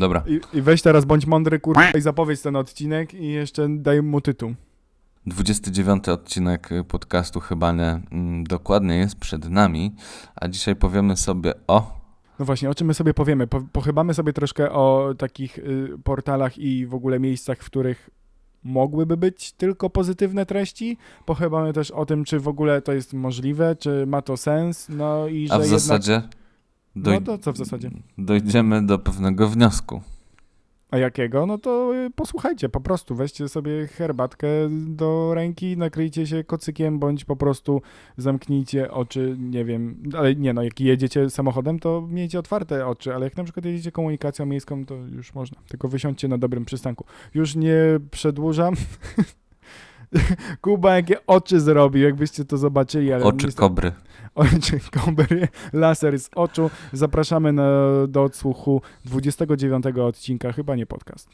Dobra. I weź teraz, bądź mądry, kurwa, i zapowiedz ten odcinek i jeszcze daj mu tytuł. 29 odcinek podcastu Chyba Nie dokładnie jest przed nami, a dzisiaj powiemy sobie o... No właśnie, o czym my sobie powiemy? Pochybamy sobie troszkę o takich portalach i w ogóle miejscach, w których mogłyby być tylko pozytywne treści. Pochybamy też o tym, czy w ogóle to jest możliwe, czy ma to sens, no i że A w jednak... zasadzie... No to co w zasadzie? Dojdziemy do pewnego wniosku. A jakiego? No to posłuchajcie, po prostu weźcie sobie herbatkę do ręki, nakryjcie się kocykiem, bądź po prostu zamknijcie oczy, nie wiem, ale nie no, jak jedziecie samochodem, to miejcie otwarte oczy, ale jak na przykład jedziecie komunikacją miejską, to już można, tylko wysiądźcie na dobrym przystanku. Już nie przedłużam. Kuba jakie oczy zrobił, jakbyście to zobaczyli. Ale Oczy kobry. Oczy kobry, laser z oczu. Zapraszamy do odsłuchu 29 odcinka, chyba nie podcast.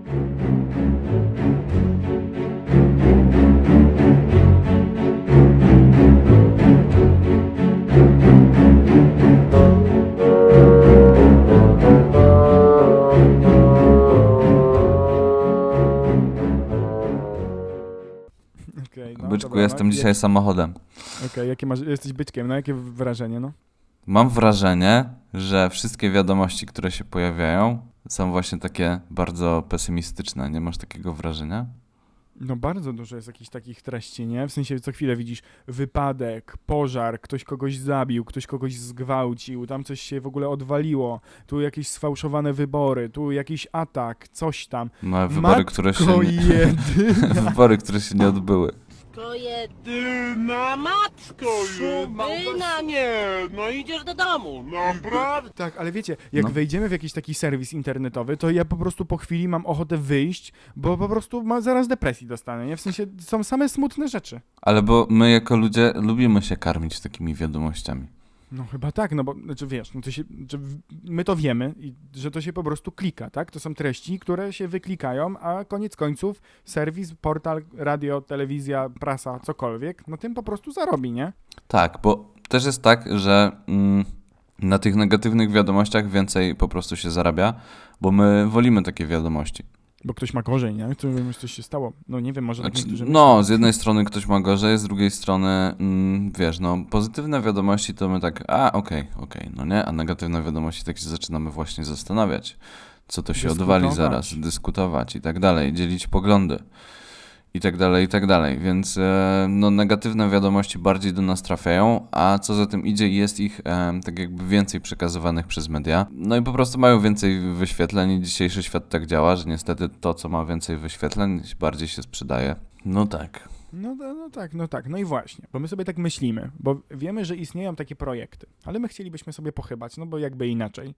Byczku, dobra, jestem dzisiaj samochodem. Okej, jakie masz, jesteś byczkiem, no jakie wrażenie, no? Mam wrażenie, że wszystkie wiadomości, które się pojawiają, są właśnie takie bardzo pesymistyczne. Nie masz takiego wrażenia? No bardzo dużo jest jakichś takich treści, nie? W sensie co chwilę widzisz wypadek, pożar, ktoś kogoś zabił, ktoś kogoś zgwałcił, tam coś się w ogóle odwaliło, tu jakieś sfałszowane wybory, tu jakiś atak, coś tam. No, wybory, które się wybory, które się nie odbyły. Matko jedyna, matko jedyna, nie, no idziesz do domu, naprawdę. Tak, ale wiecie, jak wejdziemy w jakiś taki serwis internetowy, to ja po prostu po chwili mam ochotę wyjść, bo po prostu zaraz depresji dostanę, nie? W sensie są same smutne rzeczy. Ale bo my jako ludzie lubimy się karmić takimi wiadomościami. No chyba tak, no bo, znaczy wiesz, no to się, my to wiemy, że to się po prostu klika, tak? To są treści, które się wyklikają, a koniec końców serwis, portal, radio, telewizja, prasa, cokolwiek, no tym po prostu zarobi, nie? Tak, bo też jest tak, że na tych negatywnych wiadomościach więcej po prostu się zarabia, bo my wolimy takie wiadomości. Bo ktoś ma gorzej, nie? Coś się stało. No nie wiem, może tak niektórzy no, z jednej strony ktoś ma gorzej, z drugiej strony, wiesz, no, pozytywne wiadomości to my tak, okej, no nie, a negatywne wiadomości tak się zaczynamy właśnie zastanawiać, co to się odwali zaraz, dyskutować i tak dalej, dzielić poglądy i tak dalej, więc no, negatywne wiadomości bardziej do nas trafiają, a co za tym idzie, jest ich tak jakby więcej przekazywanych przez media, no i po prostu mają więcej wyświetleń i dzisiejszy świat tak działa, że niestety to, co ma więcej wyświetleń, bardziej się sprzedaje. No tak. No tak. No i właśnie, bo my sobie tak myślimy, bo wiemy, że istnieją takie projekty, ale my chcielibyśmy sobie pochybać, no bo jakby inaczej.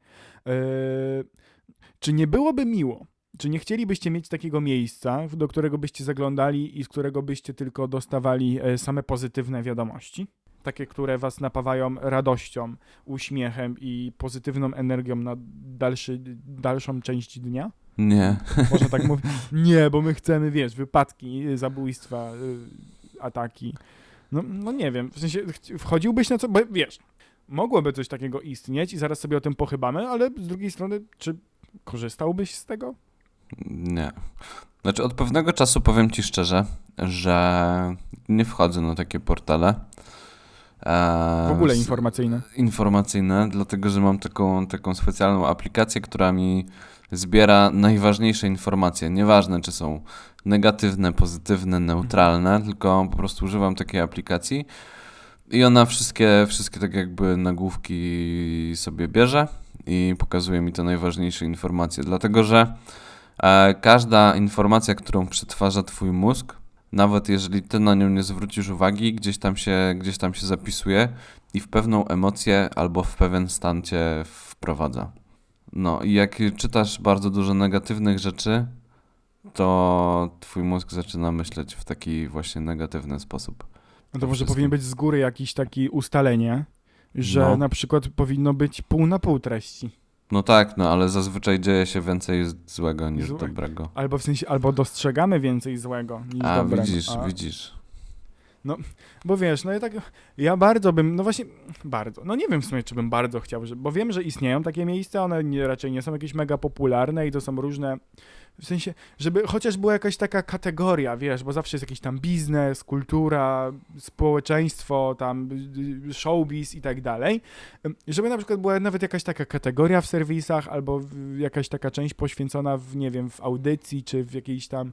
Czy nie byłoby miło, czy nie chcielibyście mieć takiego miejsca, do którego byście zaglądali i z którego byście tylko dostawali same pozytywne wiadomości? Takie, które was napawają radością, uśmiechem i pozytywną energią na dalszą część dnia? Nie. Można tak mówić? Nie, bo my chcemy, wiesz, wypadki, zabójstwa, ataki. No nie wiem, w sensie wchodziłbyś na co, bo wiesz, mogłoby coś takiego istnieć i zaraz sobie o tym pochybamy, ale z drugiej strony, czy korzystałbyś z tego? Nie. Znaczy od pewnego czasu powiem ci szczerze, że nie wchodzę na takie portale. W ogóle informacyjne. Informacyjne, dlatego że mam taką specjalną aplikację, która mi zbiera najważniejsze informacje. Nieważne, czy są negatywne, pozytywne, neutralne, tylko po prostu używam takiej aplikacji i ona wszystkie tak jakby nagłówki sobie bierze i pokazuje mi te najważniejsze informacje. Dlatego że każda informacja, którą przetwarza twój mózg, nawet jeżeli ty na nią nie zwrócisz uwagi, gdzieś tam się zapisuje i w pewną emocję albo w pewien stan cię wprowadza. No i jak czytasz bardzo dużo negatywnych rzeczy, to twój mózg zaczyna myśleć w taki właśnie negatywny sposób. No to może powinien być z góry jakiś taki ustalenie, że na przykład powinno być pół na pół treści. No tak, no ale zazwyczaj dzieje się więcej złego niż dobrego. Albo w sensie, albo dostrzegamy więcej złego niż dobrego. Widzisz. Bo wiesz, no ja bardzo bym, no właśnie, bardzo, no nie wiem w sumie, czy bym bardzo chciał, bo wiem, że istnieją takie miejsca, one raczej nie są jakieś mega popularne i to są różne, w sensie, żeby chociaż była jakaś taka kategoria, wiesz, bo zawsze jest jakiś tam biznes, kultura, społeczeństwo, tam showbiz i tak dalej, żeby na przykład była nawet jakaś taka kategoria w serwisach albo jakaś taka część poświęcona nie wiem, w audycji, czy w jakiejś tam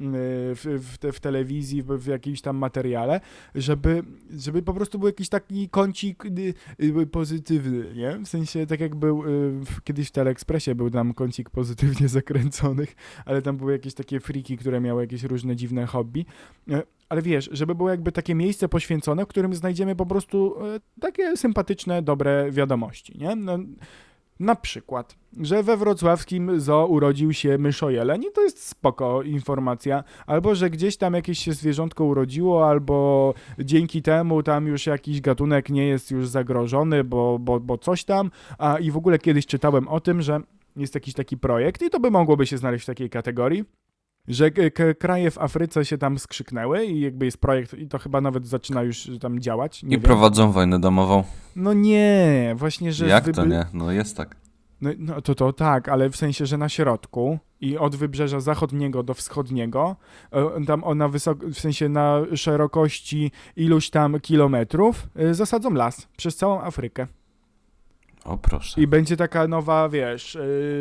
w telewizji, w jakiejś tam materiale, żeby po prostu był jakiś taki kącik pozytywny, nie? W sensie tak jak był kiedyś w Teleekspresie był tam kącik pozytywnie zakręconych, ale tam były jakieś takie friki, które miały jakieś różne dziwne hobby. Ale wiesz, żeby było jakby takie miejsce poświęcone, w którym znajdziemy po prostu takie sympatyczne, dobre wiadomości, nie? No, na przykład, że we wrocławskim zoo urodził się myszojeleń i to jest spoko informacja, albo że gdzieś tam jakieś się zwierzątko urodziło, albo dzięki temu tam już jakiś gatunek nie jest już zagrożony, bo coś tam, i w ogóle kiedyś czytałem o tym, że jest jakiś taki projekt i to by mogłoby się znaleźć w takiej kategorii, że kraje w Afryce się tam skrzyknęły i jakby jest projekt i to chyba nawet zaczyna już tam działać. Nie I wiem. prowadzą wojnę domową. No nie, właśnie, że... Jak to nie? No jest tak. No to tak, ale w sensie, że na środku i od wybrzeża zachodniego do wschodniego, tam w sensie na szerokości iluś tam kilometrów, zasadzą las przez całą Afrykę. O proszę. I będzie taka nowa, wiesz,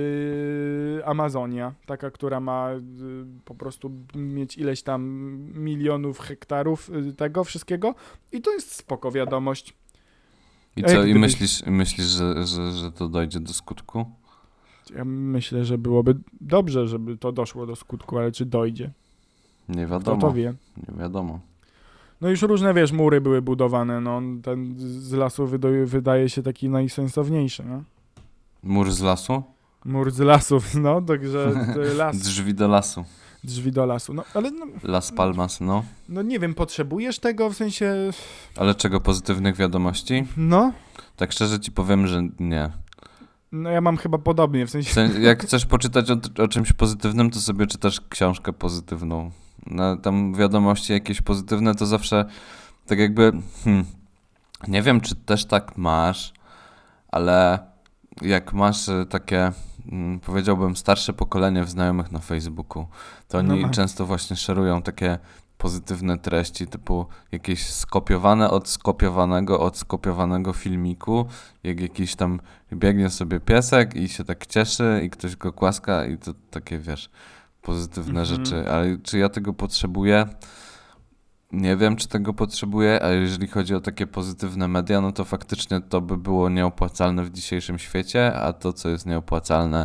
Amazonia, taka, która ma po prostu mieć ileś tam milionów hektarów tego wszystkiego i to jest spoko wiadomość. I co, i myślisz, że to dojdzie do skutku? Ja myślę, że byłoby dobrze, żeby to doszło do skutku, ale czy dojdzie? Nie wiadomo. Kto to wie? Nie wiadomo. No już różne, wiesz, mury były budowane, no ten z lasu wydaje się taki najsensowniejszy, no. Mur z lasu? Mur z lasów, no, także las, Drzwi do lasu. drzwi do lasu, no, ale no, Las Palmas, no. no nie wiem, potrzebujesz tego, w sensie, Ale czego, pozytywnych wiadomości? no, Tak szczerze ci powiem, że nie. no ja mam chyba podobnie, w sensie, Jak chcesz poczytać o czymś pozytywnym, to sobie czytasz książkę pozytywną. No, tam wiadomości jakieś pozytywne to zawsze tak jakby, nie wiem, czy też tak masz, ale jak masz takie, powiedziałbym, starsze pokolenie w znajomych na Facebooku, to oni często właśnie szerują takie pozytywne treści, typu jakieś skopiowane od skopiowanego filmiku, jak jakiś tam biegnie sobie piesek i się tak cieszy i ktoś go głaska i to takie, wiesz, pozytywne rzeczy, ale czy ja tego potrzebuję? Nie wiem, czy tego potrzebuję, a jeżeli chodzi o takie pozytywne media, no to faktycznie to by było nieopłacalne w dzisiejszym świecie, a to, co jest nieopłacalne,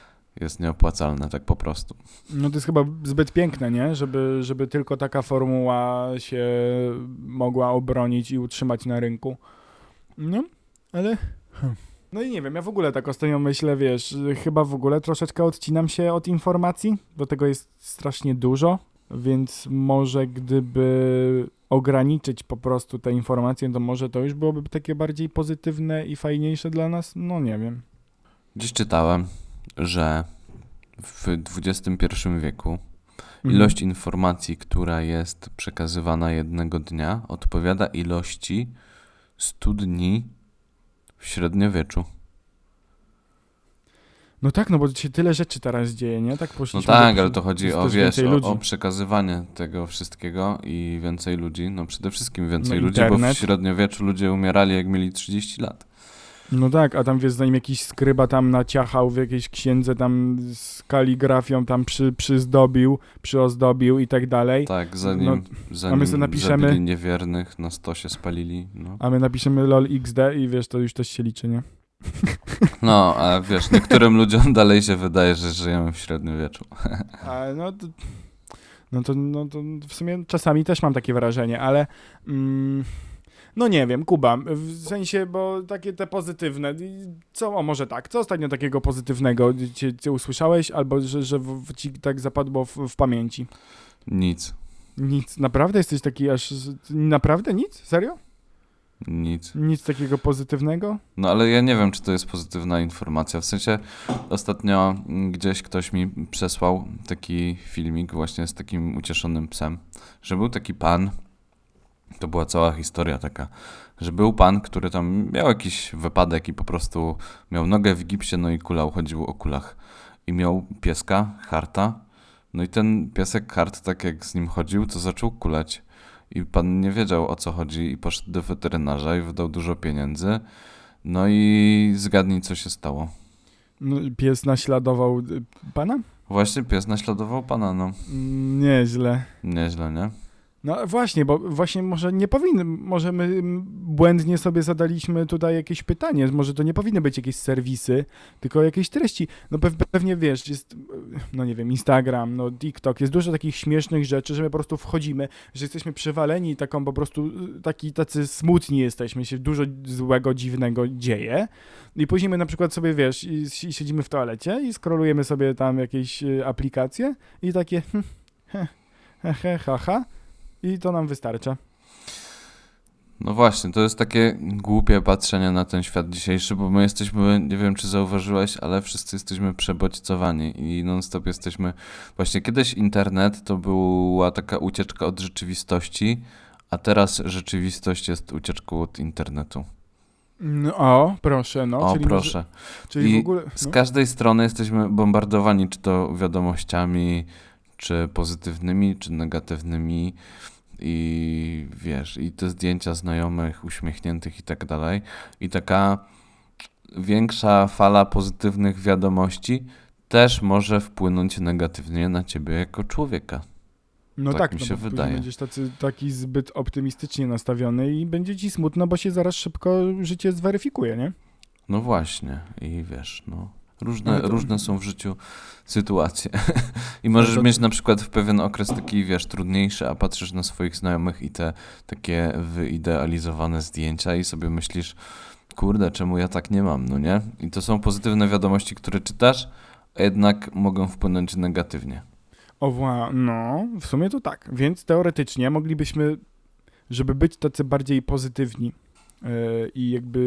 tak po prostu. no to jest chyba zbyt piękne, nie, żeby tylko taka formuła się mogła obronić i utrzymać na rynku, no, ale... No i nie wiem, ja w ogóle tak ostatnio myślę, wiesz, chyba w ogóle troszeczkę odcinam się od informacji, bo tego jest strasznie dużo, więc może gdyby ograniczyć po prostu te informacje, to może to już byłoby takie bardziej pozytywne i fajniejsze dla nas? No nie wiem. Dziś czytałem, że w XXI wieku ilość informacji, która jest przekazywana jednego dnia, odpowiada ilości 100 dni w średniowieczu. No tak, no bo się tyle rzeczy teraz dzieje, nie? Tak No poszliśmy. tak, ale to chodzi o, też wiesz, więcej ludzi. o przekazywanie tego wszystkiego i więcej ludzi, no przede wszystkim więcej No ludzi, bo w internet. średniowieczu ludzie umierali jak mieli 30 lat. No tak, a tam wiesz, zanim jakiś skryba tam naciachał w jakiejś księdze tam z kaligrafią tam przyozdobił i tak dalej. Tak, No, a my sobie napiszemy- zabili niewiernych, na stosie spalili, no. A my napiszemy lol XD i wiesz, to już też się liczy, nie? No, a wiesz, niektórym ludziom dalej się wydaje, że żyjemy w średniowieczu. A no to w sumie czasami też mam takie wrażenie, ale no nie wiem, Kuba, w sensie, bo takie te pozytywne, może tak, co ostatnio takiego pozytywnego cię usłyszałeś, albo że ci tak zapadło w pamięci? Nic. Nic, naprawdę jesteś taki naprawdę nic? Serio? Nic. Nic takiego pozytywnego? No ale ja nie wiem, czy to jest pozytywna informacja. W sensie ostatnio gdzieś ktoś mi przesłał taki filmik właśnie z takim ucieszonym psem, że był taki pan To była cała historia taka, że był pan, który tam miał jakiś wypadek i po prostu miał nogę w gipsie, no i kulał, chodził o kulach. I miał pieska, Harta, no i ten piesek Hart, tak jak z nim chodził, to zaczął kulać. I pan nie wiedział, o co chodzi i poszedł do weterynarza i wydał dużo pieniędzy. No i zgadnij, co się stało. No, pies naśladował pana? Właśnie pies naśladował pana, no. Nieźle. Nieźle, nie? No właśnie, bo właśnie może nie powinny, może my błędnie sobie zadaliśmy tutaj jakieś pytanie, może to nie powinny być jakieś serwisy, tylko jakieś treści. No pewnie wiesz, jest, no nie wiem, Instagram, no TikTok, jest dużo takich śmiesznych rzeczy, że my po prostu wchodzimy, że jesteśmy przywaleni taką po prostu, tacy smutni jesteśmy, się dużo złego, dziwnego dzieje i później my na przykład sobie, wiesz, i siedzimy w toalecie i scrollujemy sobie tam jakieś aplikacje i takie ha. I to nam wystarcza. No właśnie, to jest takie głupie patrzenie na ten świat dzisiejszy, bo my jesteśmy, nie wiem czy zauważyłeś, ale wszyscy jesteśmy przebodźcowani i non-stop jesteśmy... Właśnie kiedyś internet to była taka ucieczka od rzeczywistości, a teraz rzeczywistość jest ucieczką od internetu. No, o, proszę, no. O, czyli proszę. Może, czyli I w ogóle... z każdej strony jesteśmy bombardowani, czy to wiadomościami, czy pozytywnymi, czy negatywnymi. I wiesz, i te zdjęcia znajomych, uśmiechniętych i tak dalej. I taka większa fala pozytywnych wiadomości też może wpłynąć negatywnie na ciebie jako człowieka. No tak mi no się bo później wydaje. będziesz taki zbyt optymistycznie nastawiony i będzie ci smutno, bo się zaraz szybko życie zweryfikuje, nie? No właśnie. I wiesz, no. Ale to- Różne są w życiu sytuacje. I możesz mieć na przykład w pewien okres taki, wiesz, trudniejszy, a patrzysz na swoich znajomych i te takie wyidealizowane zdjęcia i sobie myślisz, kurde, czemu ja tak nie mam, no nie? I to są pozytywne wiadomości, które czytasz, a jednak mogą wpłynąć negatywnie. No, w sumie to tak. Więc teoretycznie moglibyśmy, żeby być tacy bardziej pozytywni i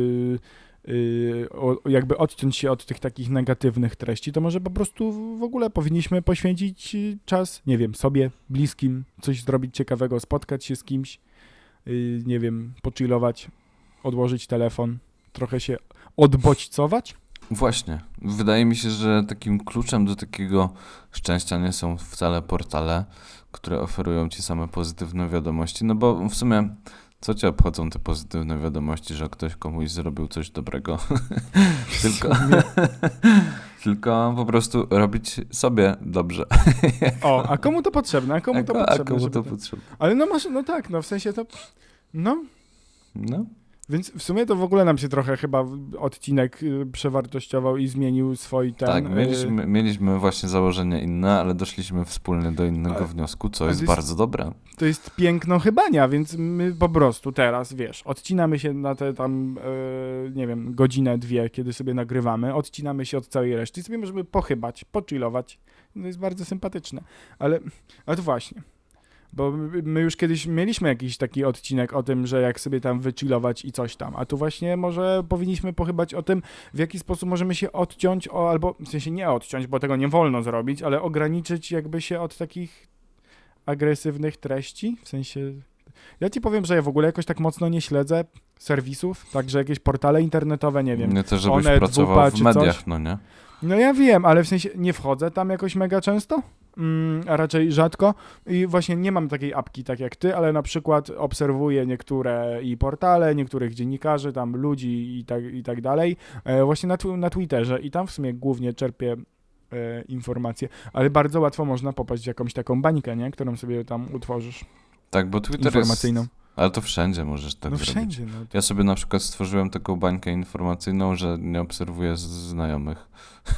jakby odciąć się od tych takich negatywnych treści, to może po prostu w ogóle powinniśmy poświęcić czas, nie wiem, sobie, bliskim, coś zrobić ciekawego, spotkać się z kimś, nie wiem, pochillować, odłożyć telefon, trochę się odbodźcować. Właśnie. Wydaje mi się, że takim kluczem do takiego szczęścia nie są wcale portale, które oferują ci same pozytywne wiadomości, no bo w sumie co cię obchodzą te pozytywne wiadomości, że ktoś komuś zrobił coś dobrego? Tylko po prostu robić sobie dobrze. O, a komu to potrzebne? A komu to potrzebne? Komu żeby to to- potrzebne? Ale no masz, no tak, no w sensie to, no, No. więc w sumie to w ogóle nam się trochę chyba odcinek przewartościował i zmienił swój ten... Tak, mieliśmy właśnie założenia inne, ale doszliśmy wspólnie do innego wniosku, co jest to jest- bardzo dobre. To jest piękno chybania, więc my po prostu teraz, wiesz, odcinamy się na te tam, nie wiem, godzinę, dwie, kiedy sobie nagrywamy, odcinamy się od całej reszty i sobie możemy pochybać, pochillować. To jest bardzo sympatyczne. Ale to właśnie, bo my już kiedyś mieliśmy jakiś taki odcinek o tym, że jak sobie tam wychillować i coś tam, a tu właśnie może powinniśmy pochybać o tym, w jaki sposób możemy się odciąć, albo w sensie nie odciąć, bo tego nie wolno zrobić, ale ograniczyć jakby się od takich agresywnych treści, w sensie... Ja ci powiem, że ja w ogóle jakoś tak mocno nie śledzę serwisów, także jakieś portale internetowe, nie wiem. Nie to, żebyś Onet, pracował WPA w czy mediach, coś. no nie? No ja wiem, ale w sensie nie wchodzę tam jakoś mega często, a raczej rzadko i właśnie nie mam takiej apki tak jak ty, ale na przykład obserwuję niektóre i portale, niektórych dziennikarzy, tam ludzi i tak dalej, właśnie na Twitterze i tam w sumie głównie czerpię informacje, ale bardzo łatwo można popaść w jakąś taką bańkę, nie? Którą sobie tam utworzysz, Tak, bo Twitter informacyjną. jest... Ale to wszędzie możesz tak No zrobić. wszędzie, no. Ja sobie na przykład stworzyłem taką bańkę informacyjną, że nie obserwuję znajomych.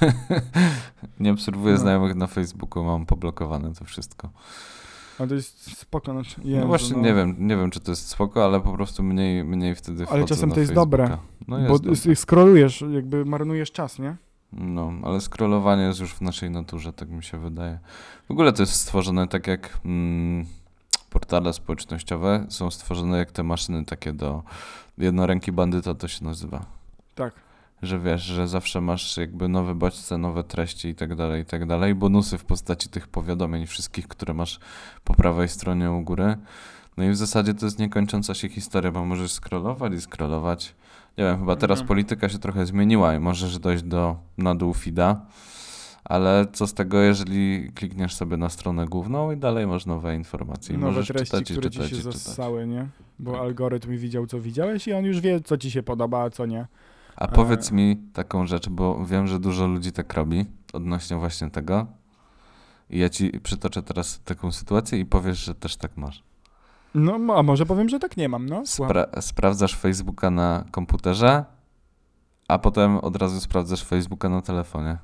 Nie obserwuję No. znajomych na Facebooku, mam poblokowane to wszystko. A to jest spoko. No, No Jezu, właśnie no. nie wiem, czy to jest spoko, ale po prostu mniej wtedy wchodzę czasem na to jest Facebooka. dobre, No jest Bo dobre. scrollujesz, jakby marnujesz czas, nie? No, ale scrollowanie jest już w naszej naturze, tak mi się wydaje. W ogóle to jest stworzone tak jak portale społecznościowe są stworzone jak te maszyny takie do jednoręki bandyta, to się nazywa. Tak. Że wiesz, że zawsze masz jakby nowe bodźce, nowe treści i tak dalej, bonusy w postaci tych powiadomień wszystkich, które masz po prawej stronie u góry. No i w zasadzie to jest niekończąca się historia, bo możesz scrollować i scrollować. Nie wiem, chyba teraz polityka się trochę zmieniła i możesz dojść na dół feeda, ale co z tego, jeżeli klikniesz sobie na stronę główną i dalej masz nowe informacje i Nowe możesz treści, czytać i które czytać ci się i czytać. zassały, nie? Bo Tak. algorytm widział, co widziałeś i on już wie, co ci się podoba, a co nie. A powiedz mi taką rzecz, bo wiem, że dużo ludzi tak robi odnośnie właśnie tego i ja ci przytoczę teraz taką sytuację i powiesz, że też tak masz. No, a może powiem, że tak nie mam, no. Słucham. Sprawdzasz Facebooka na komputerze, a potem od razu sprawdzasz Facebooka na telefonie.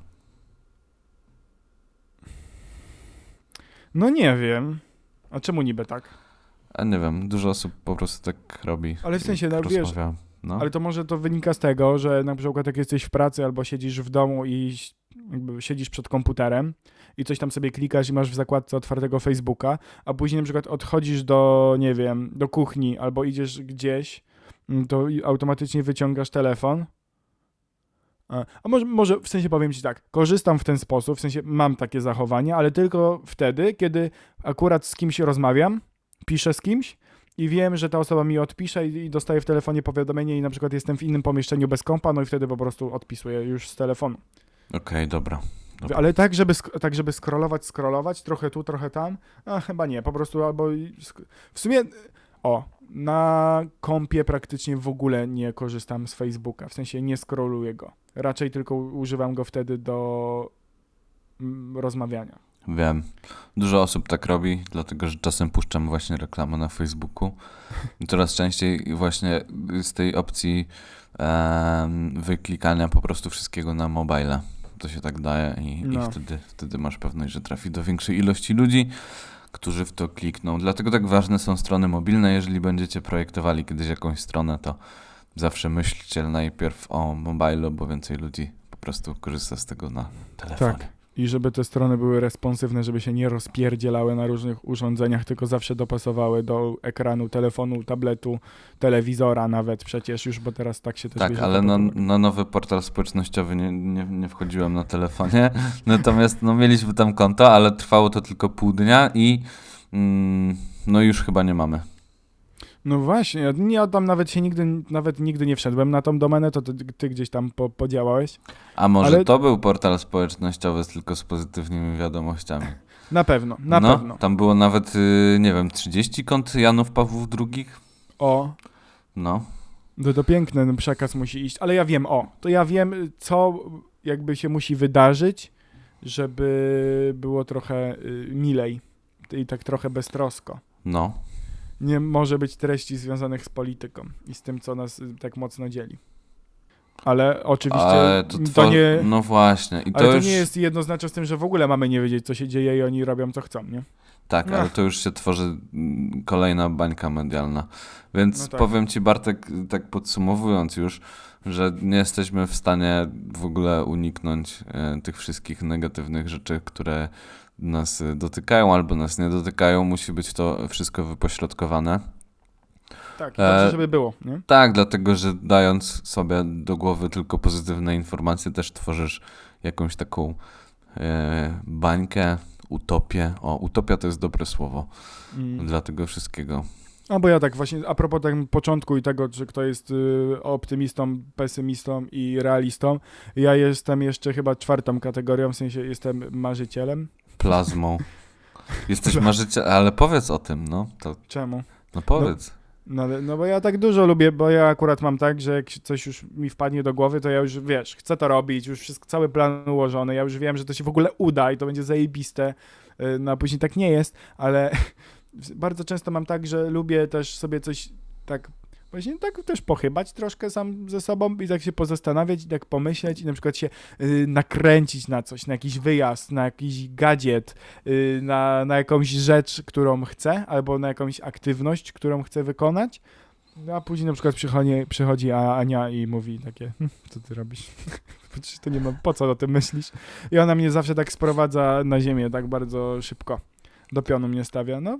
No nie wiem. A czemu niby tak? A nie wiem, dużo osób po prostu tak robi. Ale w sensie, I no wiesz, rozmawiałem. No. ale to może to wynika z tego, że na przykład jak jesteś w pracy albo siedzisz w domu i jakby siedzisz przed komputerem i coś tam sobie klikasz i masz w zakładce otwartego Facebooka, a później na przykład odchodzisz do, nie wiem, do kuchni albo idziesz gdzieś, to automatycznie wyciągasz telefon. A może w sensie powiem ci tak, korzystam w ten sposób, w sensie mam takie zachowanie, ale tylko wtedy, kiedy akurat z kimś rozmawiam, piszę z kimś i wiem, że ta osoba mi odpisze i dostaję w telefonie powiadomienie i na przykład jestem w innym pomieszczeniu bez kompa, no i wtedy po prostu odpisuję już z telefonu. Okej, dobra. Ale tak, żeby scrollować, trochę tu, trochę tam, a chyba nie, po prostu albo w sumie, na kompie praktycznie w ogóle nie korzystam z Facebooka, w sensie nie scrolluję go, raczej tylko używam go wtedy do rozmawiania. Wiem. Dużo osób tak robi, dlatego że czasem puszczam właśnie reklamę na Facebooku. I coraz częściej właśnie z tej opcji wyklikania po prostu wszystkiego na mobile. To się tak daje i wtedy masz pewność, że trafi do większej ilości ludzi, którzy w to klikną. Dlatego tak ważne są strony mobilne. Jeżeli będziecie projektowali kiedyś jakąś stronę, to zawsze myślcie najpierw o mobile, bo więcej ludzi po prostu korzysta z tego na telefonie. Tak. I żeby te strony były responsywne, żeby się nie rozpierdzielały na różnych urządzeniach, tylko zawsze dopasowały do ekranu, telefonu, tabletu, telewizora nawet przecież już, bo teraz tak się też Tak, ale na nowy portal społecznościowy nie wchodziłem na telefonie. Natomiast mieliśmy tam konto, ale trwało to tylko pół dnia i już chyba nie mamy. No właśnie, ja tam nawet nigdy nie wszedłem na tą domenę, to ty gdzieś tam podziałałeś. A może to był portal społecznościowy tylko z pozytywnymi wiadomościami? Na pewno. Tam było nawet, 30 kont Janów Pawłów II. No. To piękny przekaz musi iść, ale ja wiem, co jakby się musi wydarzyć, żeby było trochę milej i tak trochę beztrosko. No. Nie może być treści związanych z polityką i z tym, co nas tak mocno dzieli. Ale oczywiście to nie... No właśnie. Ale to nie jest jednoznaczne z tym, że w ogóle mamy nie wiedzieć, co się dzieje i oni robią, co chcą, nie? Tak, ale to już się tworzy kolejna bańka medialna. Więc tak. powiem ci, Bartek, tak podsumowując już, że nie jesteśmy w stanie w ogóle uniknąć tych wszystkich negatywnych rzeczy, które nas dotykają albo nas nie dotykają. Musi być to wszystko wypośrodkowane. Tak, dobrze, żeby było, nie? Tak, dlatego, że dając sobie do głowy tylko pozytywne informacje, też tworzysz jakąś taką bańkę, utopię. Utopia to jest dobre słowo dla tego wszystkiego. Bo ja tak właśnie, a propos tak początku i tego, że kto jest optymistą, pesymistą i realistą, ja jestem jeszcze chyba 4. kategorią, w sensie jestem marzycielem. Plazmą. Jesteś marzycielem, ale powiedz o tym, no. To... Czemu? No powiedz. No bo ja tak dużo lubię, bo ja akurat mam tak, że jak coś już mi wpadnie do głowy, to ja już, chcę to robić, już cały plan ułożony, ja już wiem, że to się w ogóle uda i to będzie zajebiste, no a później tak nie jest, ale bardzo często mam tak, że lubię też sobie coś tak, właśnie tak też pochybać troszkę sam ze sobą i tak się pozastanawiać i tak pomyśleć i na przykład się nakręcić na coś, na jakiś wyjazd, na jakiś gadżet, na jakąś rzecz, którą chcę, albo na jakąś aktywność, którą chcę wykonać, a później na przykład przychodzi Ania i mówi takie, co ty robisz? To nie ma, po co o tym myślisz? I ona mnie zawsze tak sprowadza na ziemię, tak bardzo szybko. Do pionu mnie stawia, No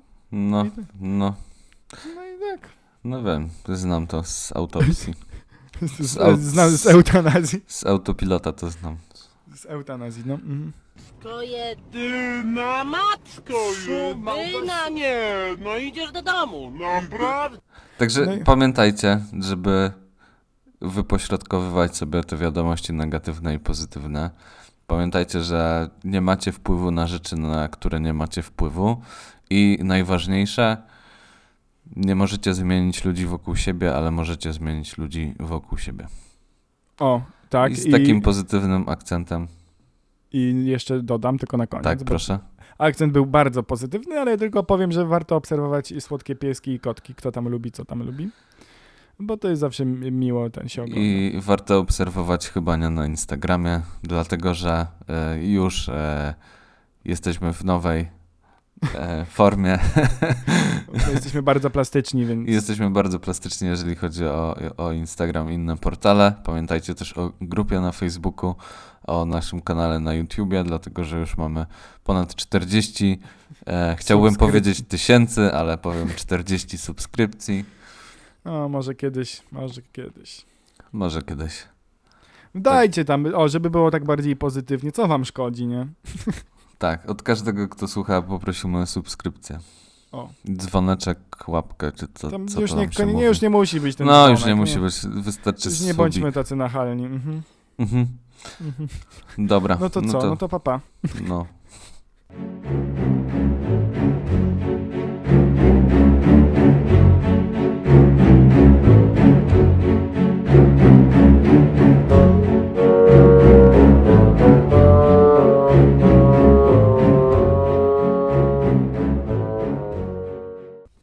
i tak. No wiem, znam to z autopsji. Znam z eutanazji. Z autopilota to znam. Z eutanazji, no. Mhm. To jedyna matko, jedyna nie. No idziesz do domu, naprawdę? Także No i- pamiętajcie, żeby wypośrodkowywać sobie te wiadomości negatywne i pozytywne. Pamiętajcie, że nie macie wpływu na rzeczy, na które nie macie wpływu. I najważniejsze, nie możecie zmienić ludzi wokół siebie, ale możecie zmienić ludzi wokół siebie. O, tak. I z takim pozytywnym akcentem. I jeszcze dodam tylko na koniec. Tak, bo proszę. akcent był bardzo pozytywny, ale ja tylko powiem, że warto obserwować słodkie pieski i kotki, kto tam lubi, co tam lubi. Bo to jest zawsze miło ten się ogląda. I warto obserwować Chybania na Instagramie, dlatego że już jesteśmy w nowej formie. My jesteśmy bardzo plastyczni, więc... I jesteśmy bardzo plastyczni, jeżeli chodzi o Instagram i inne portale. Pamiętajcie też o grupie na Facebooku, o naszym kanale na YouTubie, dlatego że już mamy ponad 40, chciałbym Subskrypcji. powiedzieć 1000, ale powiem 40 subskrypcji. O, może kiedyś, może kiedyś. Może kiedyś. Dajcie tam, żeby było tak bardziej pozytywnie. Co wam szkodzi, nie? Tak, od każdego, kto słucha, poprosimy o subskrypcję. O. Dzwoneczek, łapkę, czy co Tam co już, to tam się nie, mówi. już nie musi być ten No, dzwonek, już nie musi być, wystarczy Już nie subik. bądźmy tacy nachalni. Mhm. Mhm. Mhm. Dobra. No to co? No to papa. No,